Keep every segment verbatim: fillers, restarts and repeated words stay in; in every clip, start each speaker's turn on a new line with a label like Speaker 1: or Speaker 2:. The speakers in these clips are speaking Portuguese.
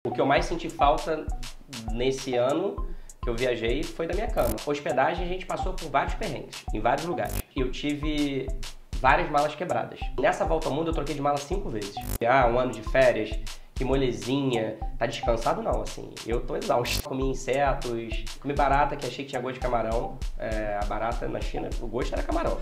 Speaker 1: O que eu mais senti falta nesse ano que eu viajei foi da minha cama. Hospedagem, a gente passou por vários perrengues, em vários lugares. Eu tive várias malas quebradas. Nessa volta ao mundo eu troquei de mala cinco vezes. Ah, um ano de férias, que molezinha, tá descansado não, assim, eu tô exausto. Comi insetos, comi barata que achei que tinha gosto de camarão. É, a barata na China, o gosto era camarão.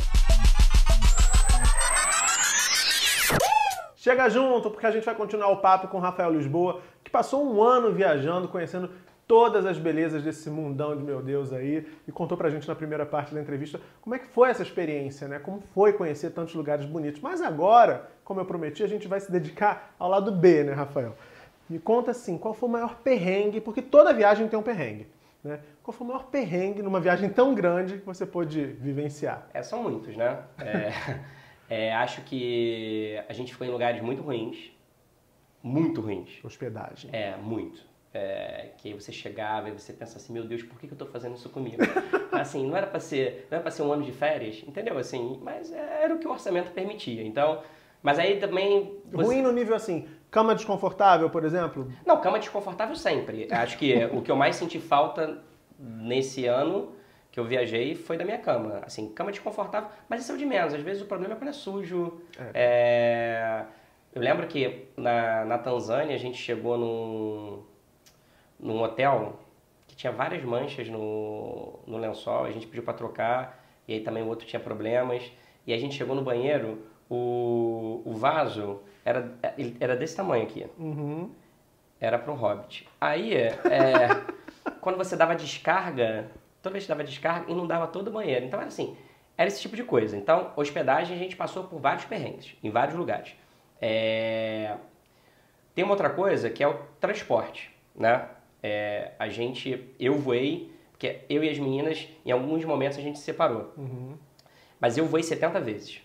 Speaker 2: Chega junto, porque a gente vai continuar o papo com o Rafael Lisboa, que passou um ano viajando, conhecendo todas as belezas desse mundão de meu Deus aí, e contou pra gente na primeira parte da entrevista como é que foi essa experiência, né? Como foi conhecer tantos lugares bonitos. Mas agora, como eu prometi, a gente vai se dedicar ao lado B, né, Rafael? Me conta assim, qual foi o maior perrengue, porque toda viagem tem um perrengue, né? Qual foi o maior perrengue numa viagem tão grande que você pôde vivenciar?
Speaker 1: É, são muitos, né? É, é, acho que a gente ficou em lugares muito ruins, muito ruins.
Speaker 2: Hospedagem.
Speaker 1: É, muito. É, que aí você chegava e você pensa assim, meu Deus, por que, que eu tô fazendo isso comigo? Assim, não era pra ser, não era pra ser um ano de férias, entendeu? Assim, mas era o que o orçamento permitia. Então, mas aí também... Você...
Speaker 2: Ruim no nível assim, cama desconfortável, por exemplo?
Speaker 1: Não, cama desconfortável sempre. Acho que o que eu mais senti falta nesse ano que eu viajei foi da minha cama. Assim, cama desconfortável, mas isso é o de menos. Às vezes o problema é quando é sujo. É. É... Eu lembro que na, na Tanzânia a gente chegou num... num hotel que tinha várias manchas no, no lençol, a gente pediu para trocar, e aí também o outro tinha problemas, e a gente chegou no banheiro, o, o vaso era, era desse tamanho aqui,
Speaker 2: uhum.
Speaker 1: Era para um hobbit. Aí, é, quando você dava descarga, toda vez que dava descarga, inundava todo o banheiro, então era assim, era esse tipo de coisa. Então, hospedagem a gente passou por vários perrengues, em vários lugares. É... Tem uma outra coisa que é o transporte, né? É, a gente, eu voei, porque eu e as meninas, em alguns momentos a gente se separou.
Speaker 2: Uhum.
Speaker 1: Mas eu voei setenta vezes.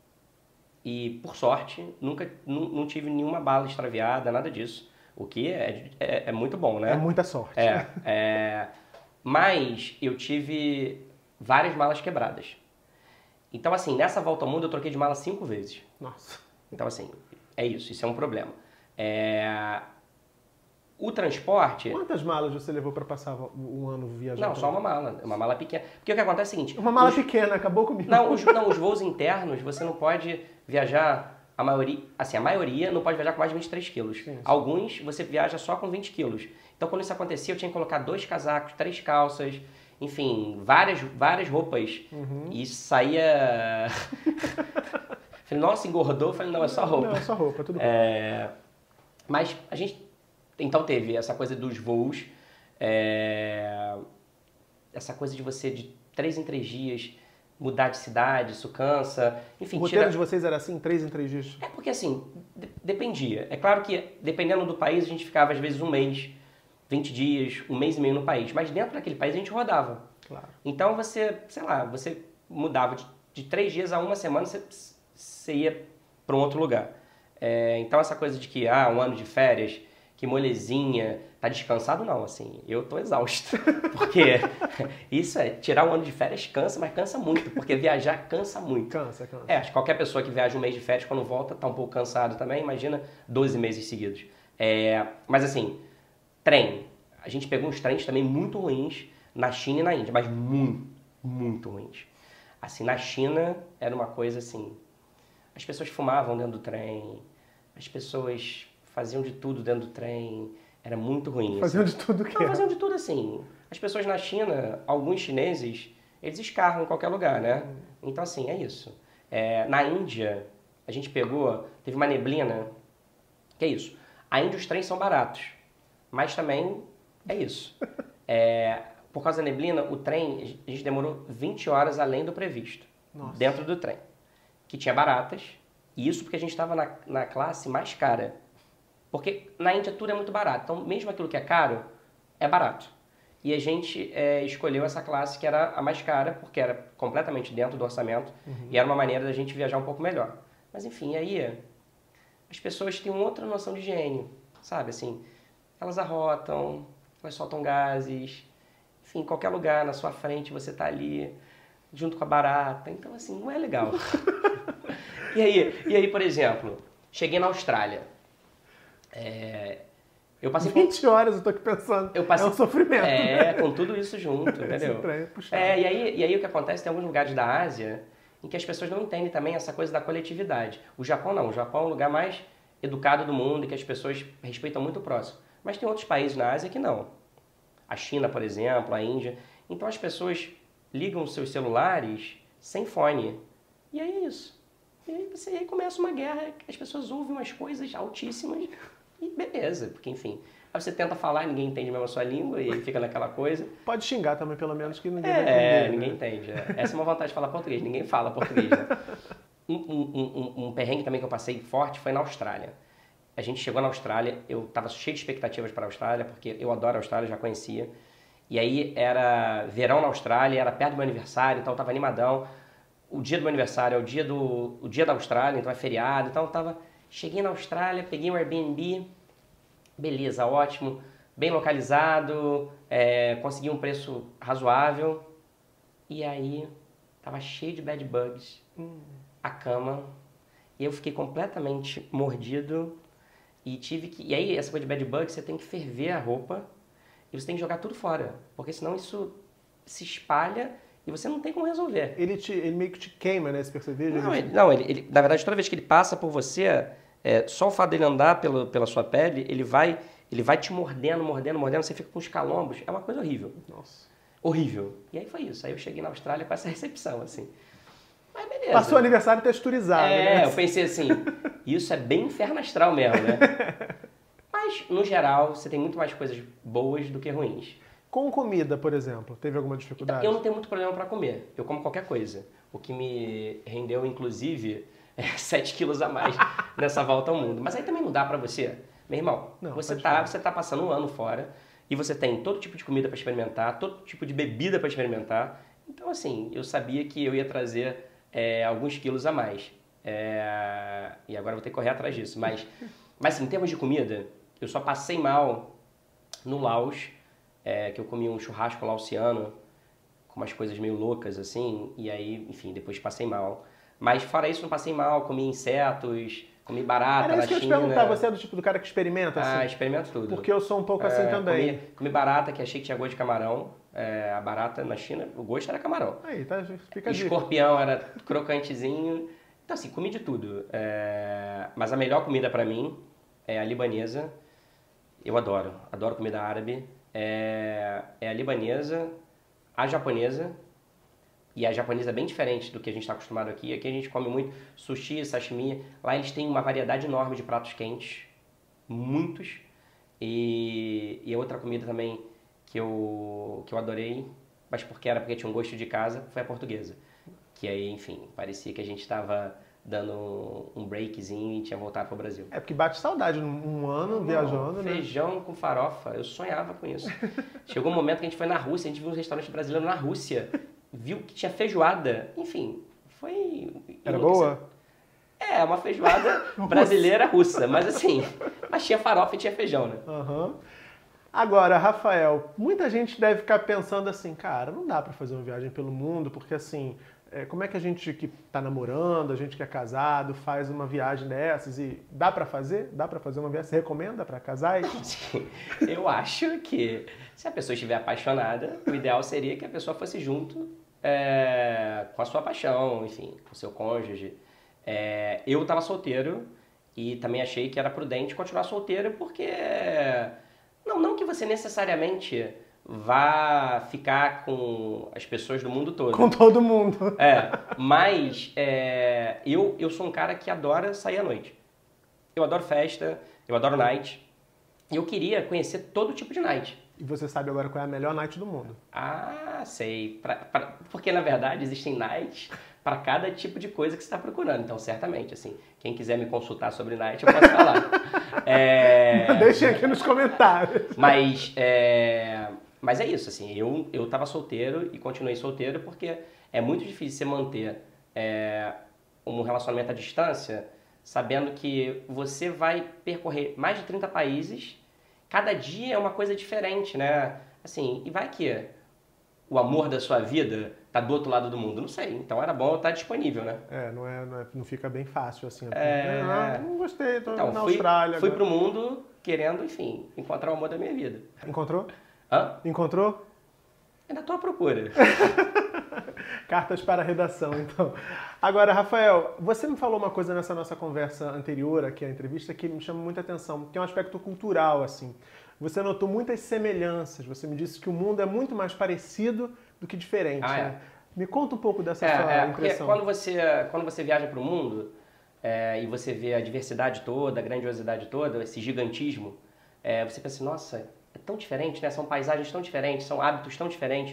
Speaker 1: E, por sorte, nunca não, não tive nenhuma bala extraviada, nada disso. O que é, é, é muito bom, né?
Speaker 2: É muita sorte.
Speaker 1: É, é, mas eu tive várias malas quebradas. Então, assim, nessa volta ao mundo eu troquei de mala cinco vezes.
Speaker 2: Nossa.
Speaker 1: Então, assim, é isso, isso é um problema. É... O transporte...
Speaker 2: Quantas malas você levou para passar um ano viajando?
Speaker 1: Não, só uma mala. Uma mala pequena. Porque o que acontece é o seguinte...
Speaker 2: Uma mala
Speaker 1: os...
Speaker 2: pequena, acabou comigo.
Speaker 1: Não os, não, os voos internos, você não pode viajar... A maioria, assim, a maioria não pode viajar com mais de vinte e três quilos. Sim, sim. Alguns você viaja só com vinte quilos. Então, quando isso acontecia, eu tinha que colocar dois casacos, três calças... Enfim, várias, várias roupas.
Speaker 2: Uhum.
Speaker 1: E saía... Falei, nossa, engordou. Falei, não, é só roupa.
Speaker 2: Não, é só roupa, tudo bem.
Speaker 1: É... Mas a gente... Então teve essa coisa dos voos, é... essa coisa de você de três em três dias mudar de cidade, isso cansa, enfim...
Speaker 2: O roteiro
Speaker 1: tira...
Speaker 2: de vocês era assim, três em três dias?
Speaker 1: É porque assim, de dependia. É claro que dependendo do país a gente ficava às vezes um mês, vinte dias, um mês e meio no país, mas dentro daquele país a gente rodava.
Speaker 2: Claro.
Speaker 1: Então você, sei lá, você mudava de, de três dias a uma semana, você, você ia para um outro lugar. É... Então essa coisa de que, ah, um ano de férias... que molezinha, tá descansado não, assim, eu tô exausto, porque isso é, tirar um ano de férias cansa, mas cansa muito, porque viajar cansa muito.
Speaker 2: Cansa, cansa.
Speaker 1: É, acho que qualquer pessoa que viaja um mês de férias, quando volta, tá um pouco cansado também, imagina doze meses seguidos. É, mas assim, trem, a gente pegou uns trens também muito ruins na China e na Índia, mas muito, muito ruins. Assim, na China era uma coisa assim, as pessoas fumavam dentro do trem, as pessoas... faziam de tudo dentro do trem, era muito ruim.
Speaker 2: Faziam
Speaker 1: assim.
Speaker 2: de tudo o que?
Speaker 1: Não, faziam de tudo assim. As pessoas na China, alguns chineses, eles escarram em qualquer lugar, né? Hum. Então assim, é isso. É, na Índia, a gente pegou, teve uma neblina, que é isso. A Índia os trens são baratos, mas também é isso. É, por causa da neblina, o trem, a gente demorou vinte horas além do previsto. Nossa. Dentro do trem. Que tinha baratas, e isso porque a gente estava na, na classe mais cara. Porque na Índia tudo é muito barato, então mesmo aquilo que é caro, é barato. E a gente é, escolheu essa classe que era a mais cara, porque era completamente dentro do orçamento, uhum. E era uma maneira da gente viajar um pouco melhor. Mas enfim, aí as pessoas têm outra noção de higiene, sabe? Assim, elas arrotam, elas soltam gases, enfim, em qualquer lugar, na sua frente você tá ali, junto com a barata, então assim, não é legal. e, aí, e aí, por exemplo, cheguei na Austrália. É, Eu passei por...
Speaker 2: vinte horas eu tô aqui pensando.
Speaker 1: Eu passei...
Speaker 2: É um sofrimento.
Speaker 1: É, com tudo isso junto, entendeu?
Speaker 2: Esse trem é puxado.
Speaker 1: É, e aí, e aí o que acontece, tem alguns lugares da Ásia em que as pessoas não entendem também essa coisa da coletividade. O Japão não, o Japão é o lugar mais educado do mundo e que as pessoas respeitam muito o próximo. Mas tem outros países na Ásia que não. A China, por exemplo, a Índia. Então as pessoas ligam seus celulares sem fone. E aí é isso. E aí, você, aí começa uma guerra, as pessoas ouvem umas coisas altíssimas e beleza, porque enfim. Aí você tenta falar e ninguém entende mesmo a sua língua e fica naquela coisa.
Speaker 2: Pode xingar também, pelo menos, que ninguém
Speaker 1: é,
Speaker 2: vai entender.
Speaker 1: É,
Speaker 2: né?
Speaker 1: ninguém entende. É. Essa é uma vantagem de falar português, ninguém fala português. Né? Um, um, um, um perrengue também que eu passei forte foi na Austrália. A gente chegou na Austrália, eu estava cheio de expectativas para a Austrália, porque eu adoro a Austrália, já conhecia. E aí era verão na Austrália, era perto do meu aniversário, então eu estava animadão. O dia do meu aniversário é o dia, do, o dia da Austrália, então é feriado. Então eu tava, cheguei na Austrália, peguei um Airbnb, beleza, ótimo, bem localizado, é, consegui um preço razoável. E aí tava cheio de bed bugs, hum. a cama, e eu fiquei completamente mordido. E tive que. E aí, essa coisa de bed bugs, você tem que ferver a roupa e você tem que jogar tudo fora, porque senão isso se espalha. E você não tem como resolver.
Speaker 2: Ele, te, ele meio que te queima, né? Esse percevejo?
Speaker 1: Não, ele, não ele, ele, na verdade, toda vez que ele passa por você, é, só o fato dele andar pelo, pela sua pele, ele vai, ele vai te mordendo, mordendo, mordendo, você fica com os calombos. É uma coisa horrível.
Speaker 2: Nossa.
Speaker 1: Horrível. E aí foi isso. Aí eu cheguei na Austrália com essa recepção, assim. Mas beleza.
Speaker 2: Passou o aniversário texturizado,
Speaker 1: é,
Speaker 2: né?
Speaker 1: É, eu pensei assim, isso é bem inferno astral mesmo, né? Mas, no geral, você tem muito mais coisas boas do que ruins.
Speaker 2: Com comida, por exemplo, teve alguma dificuldade?
Speaker 1: Eu não tenho muito problema para comer. Eu como qualquer coisa. O que me rendeu, inclusive, é sete quilos a mais nessa volta ao mundo. Mas aí também não dá para você. Meu irmão, não, você, tá, você tá passando um ano fora e você tem todo tipo de comida para experimentar, todo tipo de bebida para experimentar. Então, assim, eu sabia que eu ia trazer é, alguns quilos a mais. É, e agora eu vou ter que correr atrás disso. Mas, mas assim, em termos de comida, eu só passei mal no Laos. É, que eu comi um churrasco laosiano com umas coisas meio loucas, assim, e aí, enfim, depois passei mal. Mas fora isso, não passei mal, comi insetos, comi barata
Speaker 2: Era
Speaker 1: na
Speaker 2: isso que eu
Speaker 1: China.
Speaker 2: te perguntar, você é do tipo do cara que experimenta, assim?
Speaker 1: Ah, experimento tudo.
Speaker 2: Porque eu sou um pouco assim
Speaker 1: é,
Speaker 2: também.
Speaker 1: Comi, comi barata, que achei que tinha gosto de camarão. É, a barata na China, o gosto era camarão.
Speaker 2: Aí, tá, fica a dica.
Speaker 1: Escorpião era crocantezinho. Então, assim, comi de tudo. É, mas a melhor comida pra mim é a libanesa. Eu adoro, adoro comida árabe. É, é a libanesa, a japonesa, e a japonesa é bem diferente do que a gente está acostumado aqui. Aqui a gente come muito sushi, sashimi, lá eles têm uma variedade enorme de pratos quentes, muitos, e, e outra comida também que eu, que eu adorei, mas porque era porque tinha um gosto de casa, foi a portuguesa, que aí, enfim, parecia que a gente estava dando um breakzinho e tinha voltado para o Brasil.
Speaker 2: É porque bate saudade, um ano
Speaker 1: Não,
Speaker 2: viajando, né?
Speaker 1: Feijão com farofa, eu sonhava com isso. Chegou um momento que a gente foi na Rússia, a gente viu um restaurante brasileiro na Rússia, viu que tinha feijoada, enfim, foi...
Speaker 2: Era boa?
Speaker 1: É, uma feijoada brasileira russa, mas assim, mas tinha farofa e tinha feijão, né?
Speaker 2: Aham. Uhum. Agora, Rafael, muita gente deve ficar pensando assim, cara, não dá pra fazer uma viagem pelo mundo, porque assim... É, como é que a gente que tá namorando, a gente que é casado, faz uma viagem dessas e dá pra fazer? Dá pra fazer uma viagem? Você recomenda pra casais?
Speaker 1: Sim. Eu acho que se a pessoa estiver apaixonada, o ideal seria que a pessoa fosse junto é, com a sua paixão, enfim, com o seu cônjuge. É, eu estava solteiro e também achei que era prudente continuar solteiro porque... Não, não que você necessariamente... vá ficar com as pessoas do mundo todo.
Speaker 2: Com todo mundo.
Speaker 1: É, mas é, eu, eu sou um cara que adora sair à noite. Eu adoro festa, eu adoro night. E eu queria conhecer todo tipo de night.
Speaker 2: E você sabe agora qual é a melhor night do mundo.
Speaker 1: Ah, sei. Pra, pra, porque, na verdade, existem nights para cada tipo de coisa que você está procurando. Então, certamente, assim, quem quiser me consultar sobre night, eu posso falar. É...
Speaker 2: Deixem aqui nos comentários.
Speaker 1: Mas... É... Mas é isso, assim, eu, eu tava solteiro e continuei solteiro porque é muito difícil você manter é, um relacionamento à distância sabendo que você vai percorrer mais de trinta países, cada dia é uma coisa diferente, né? Assim, e vai que o amor da sua vida tá do outro lado do mundo, não sei, então era bom eu estar disponível, né?
Speaker 2: É, não, é, não, é, não fica bem fácil assim.
Speaker 1: É...
Speaker 2: Ah, não gostei, tô
Speaker 1: então,
Speaker 2: na
Speaker 1: fui,
Speaker 2: Austrália.
Speaker 1: Fui
Speaker 2: agora.
Speaker 1: pro mundo querendo, enfim, encontrar o amor da minha vida.
Speaker 2: Encontrou?
Speaker 1: Hã?
Speaker 2: Encontrou?
Speaker 1: Ainda estou à procura.
Speaker 2: Cartas para a redação, então. Agora, Rafael, você me falou uma coisa nessa nossa conversa anterior aqui à entrevista que me chama muita atenção, que é um aspecto cultural, assim. Você notou muitas semelhanças, você me disse que o mundo é muito mais parecido do que diferente,
Speaker 1: Ah, é.
Speaker 2: né? Me conta um pouco dessa
Speaker 1: É,
Speaker 2: sua
Speaker 1: é, porque
Speaker 2: impressão.
Speaker 1: quando você, quando você viaja para o mundo é, e você vê a diversidade toda, a grandiosidade toda, esse gigantismo, é, você pensa assim, nossa, é tão diferente, né? São paisagens tão diferentes, são hábitos tão diferentes,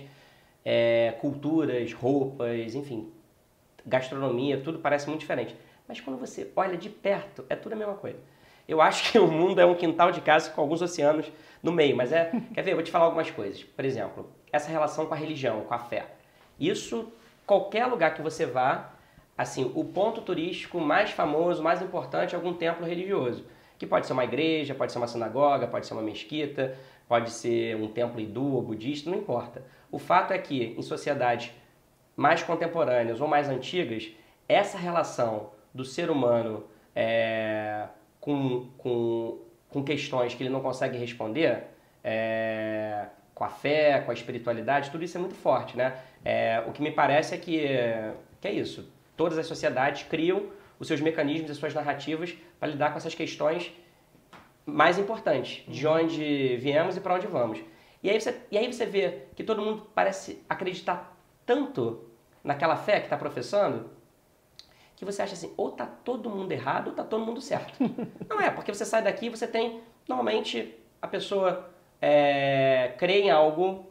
Speaker 1: é, culturas, roupas, enfim, gastronomia, tudo parece muito diferente. Mas quando você olha de perto, é tudo a mesma coisa. Eu acho que o mundo é um quintal de casa com alguns oceanos no meio, mas é... Quer ver? Eu vou te falar algumas coisas. Por exemplo, essa relação com a religião, com a fé. Isso, qualquer lugar que você vá, assim, o ponto turístico mais famoso, mais importante é algum templo religioso. Que pode ser uma igreja, pode ser uma sinagoga, pode ser uma mesquita, pode ser um templo hindu ou budista, não importa. O fato é que, em sociedades mais contemporâneas ou mais antigas, essa relação do ser humano é, com, com, com questões que ele não consegue responder, é, com a fé, com a espiritualidade, tudo isso é muito forte, né? É, o que me parece é que, que é isso. Todas as sociedades criam os seus mecanismos, as suas narrativas para lidar com essas questões mais importantes, de onde viemos e para onde vamos. E aí, você, e aí você vê que todo mundo parece acreditar tanto naquela fé que está professando, que você acha assim, ou está todo mundo errado ou está todo mundo certo. Não é, porque você sai daqui e você tem, normalmente, a pessoa é, crê em algo,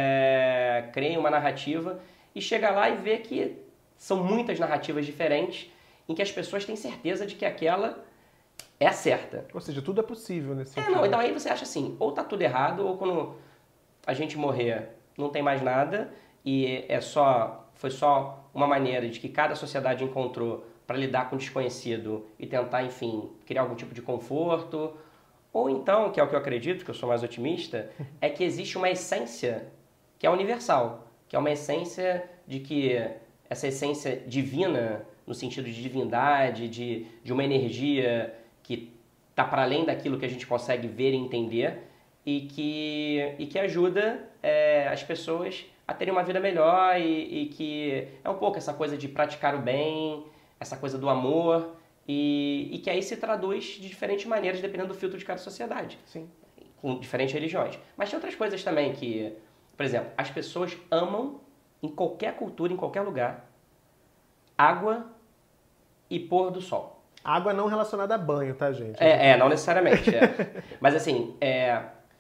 Speaker 1: é, crê em uma narrativa, e chega lá e vê que são muitas narrativas diferentes, em que as pessoas têm certeza de que aquela é a certa.
Speaker 2: Ou seja, tudo é possível nesse
Speaker 1: É,
Speaker 2: sentido.
Speaker 1: não, então aí você acha assim, ou tá tudo errado, ou quando a gente morrer não tem mais nada, e é só, foi só uma maneira de que cada sociedade encontrou para lidar com o desconhecido e tentar, enfim, criar algum tipo de conforto. Ou então, que é o que eu acredito, que eu sou mais otimista, é que existe uma essência que é universal, que é uma essência de que essa essência divina, no sentido de divindade, de, de uma energia que está para além daquilo que a gente consegue ver e entender, e que, e que ajuda é, as pessoas a terem uma vida melhor, e, e que é um pouco essa coisa de praticar o bem, essa coisa do amor, e, e que aí se traduz de diferentes maneiras, dependendo do filtro de cada sociedade.
Speaker 2: Sim.
Speaker 1: Com diferentes religiões. Mas tem outras coisas também que, por exemplo, as pessoas amam, em qualquer cultura, em qualquer lugar, água e pôr do sol.
Speaker 2: Água não relacionada a banho, tá, gente?
Speaker 1: É, é não necessariamente. É. Mas assim, é,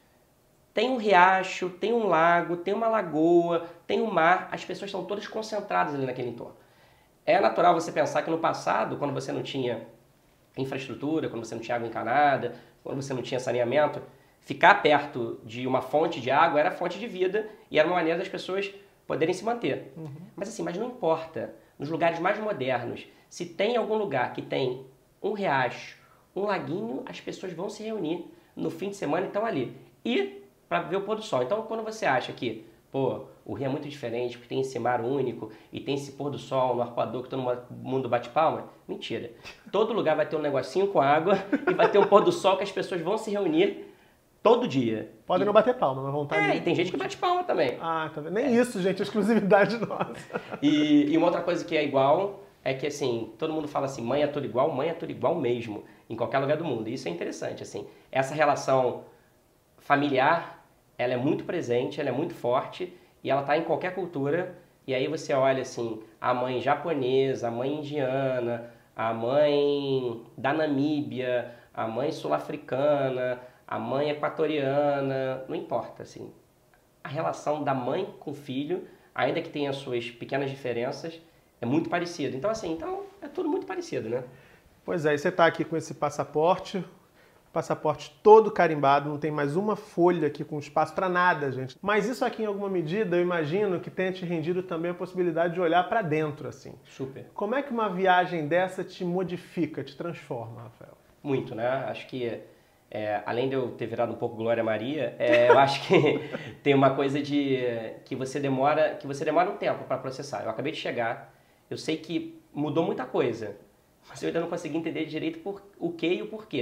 Speaker 1: tem um riacho, tem um lago, tem uma lagoa, tem um mar, as pessoas estão todas concentradas ali naquele entorno. É natural você pensar que no passado, quando você não tinha infraestrutura, quando você não tinha água encanada, quando você não tinha saneamento, ficar perto de uma fonte de água era fonte de vida e era uma maneira das pessoas poderem se manter. Uhum. Mas assim, mas não importa, nos lugares mais modernos, se tem algum lugar que tem um riacho, um laguinho, as pessoas vão se reunir no fim de semana e estão ali. E para ver o pôr do sol. Então, quando você acha que, pô, o Rio é muito diferente, porque tem esse mar único e tem esse pôr do sol no arpoador que todo mundo bate palma, mentira. Todo lugar vai ter um negocinho com água e vai ter um pôr do sol que as pessoas vão se reunir todo dia.
Speaker 2: Podem
Speaker 1: e...
Speaker 2: não bater palma, mas vão estar
Speaker 1: É,
Speaker 2: ali.
Speaker 1: e tem gente que bate palma também.
Speaker 2: Ah, tá vendo? Nem é. Isso, gente, exclusividade nossa.
Speaker 1: E, e uma outra coisa que é igual é que, assim, todo mundo fala assim, mãe é tudo igual, mãe é tudo igual mesmo, em qualquer lugar do mundo. E isso é interessante, assim. Essa relação familiar, ela é muito presente, ela é muito forte e ela está em qualquer cultura. E aí você olha, assim, a mãe japonesa, a mãe indiana, a mãe da Namíbia, a mãe sul-africana, a mãe equatoriana, não importa, assim. A relação da mãe com o filho, ainda que tenha suas pequenas diferenças, é muito parecido. Então, assim, então é tudo muito parecido, né?
Speaker 2: Pois é, e você está aqui com esse passaporte, passaporte todo carimbado, não tem mais uma folha aqui com espaço para nada, gente. Mas isso aqui, em alguma medida, eu imagino que tenha te rendido também a possibilidade de olhar para dentro, assim.
Speaker 1: Super.
Speaker 2: Como é que uma viagem dessa te modifica, te transforma, Rafael?
Speaker 1: Muito, né? Acho que, é, além de eu ter virado um pouco Glória Maria, é, eu acho que tem uma coisa de que você demora, que você demora um tempo para processar. Eu acabei de chegar, eu sei que mudou muita coisa, mas eu ainda não consegui entender direito por, o que e o porquê.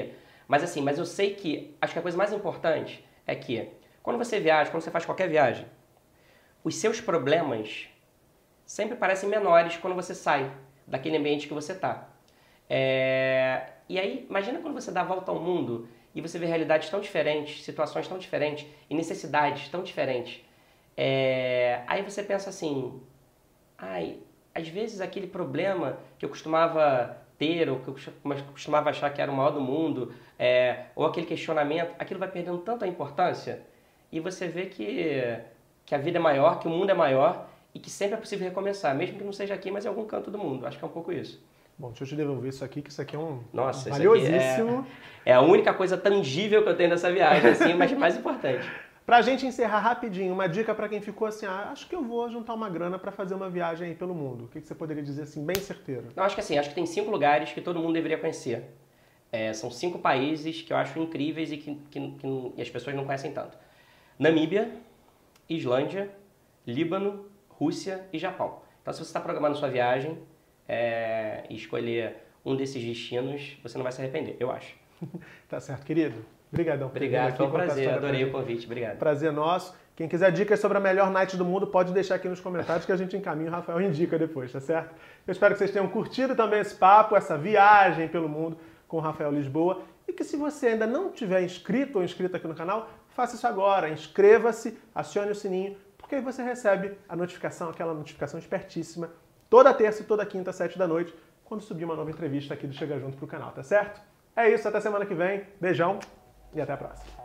Speaker 1: Mas assim, mas eu sei que, acho que a coisa mais importante é que, quando você viaja, quando você faz qualquer viagem, os seus problemas sempre parecem menores quando você sai daquele ambiente que você está. É... E aí, imagina quando você dá a volta ao mundo e você vê realidades tão diferentes, situações tão diferentes e necessidades tão diferentes. É... Aí você pensa assim, ai, às vezes aquele problema que eu costumava ter, ou que eu costumava achar que era o maior do mundo, é... ou aquele questionamento, aquilo vai perdendo tanto a importância e você vê que, que a vida é maior, que o mundo é maior e que sempre é possível recomeçar, mesmo que não seja aqui, mas em algum canto do mundo. Acho que é um pouco isso.
Speaker 2: Bom, deixa eu te devolver isso aqui, que isso aqui é um
Speaker 1: Nossa,
Speaker 2: valiosíssimo.
Speaker 1: É, é a única coisa tangível que eu tenho dessa viagem, assim, mas mais importante.
Speaker 2: Pra gente encerrar rapidinho, uma dica pra quem ficou assim, ah, acho que eu vou juntar uma grana pra fazer uma viagem aí pelo mundo. O que você poderia dizer assim, bem certeiro?
Speaker 1: Não, acho que assim, acho que tem cinco lugares que todo mundo deveria conhecer. É, são cinco países que eu acho incríveis e que, que, que e as pessoas não conhecem tanto. Namíbia, Islândia, Líbano, Rússia e Japão. Então, se você está programando sua viagem é, e escolher um desses destinos, você não vai se arrepender, eu acho.
Speaker 2: Tá certo, querido. Obrigadão.
Speaker 1: Obrigado, foi um prazer, adorei o convite, obrigado.
Speaker 2: Prazer nosso. Quem quiser dicas sobre a melhor night do mundo, pode deixar aqui nos comentários que a gente encaminha, o Rafael indica depois, tá certo? Eu espero que vocês tenham curtido também esse papo, essa viagem pelo mundo com o Rafael Lisboa. E que se você ainda não tiver inscrito ou inscrito aqui no canal, faça isso agora, inscreva-se, acione o sininho, porque aí você recebe a notificação, aquela notificação espertíssima, toda terça e toda quinta, às sete da noite, quando subir uma nova entrevista aqui do Chega Junto pro canal, tá certo? É isso, até semana que vem, beijão e até a próxima.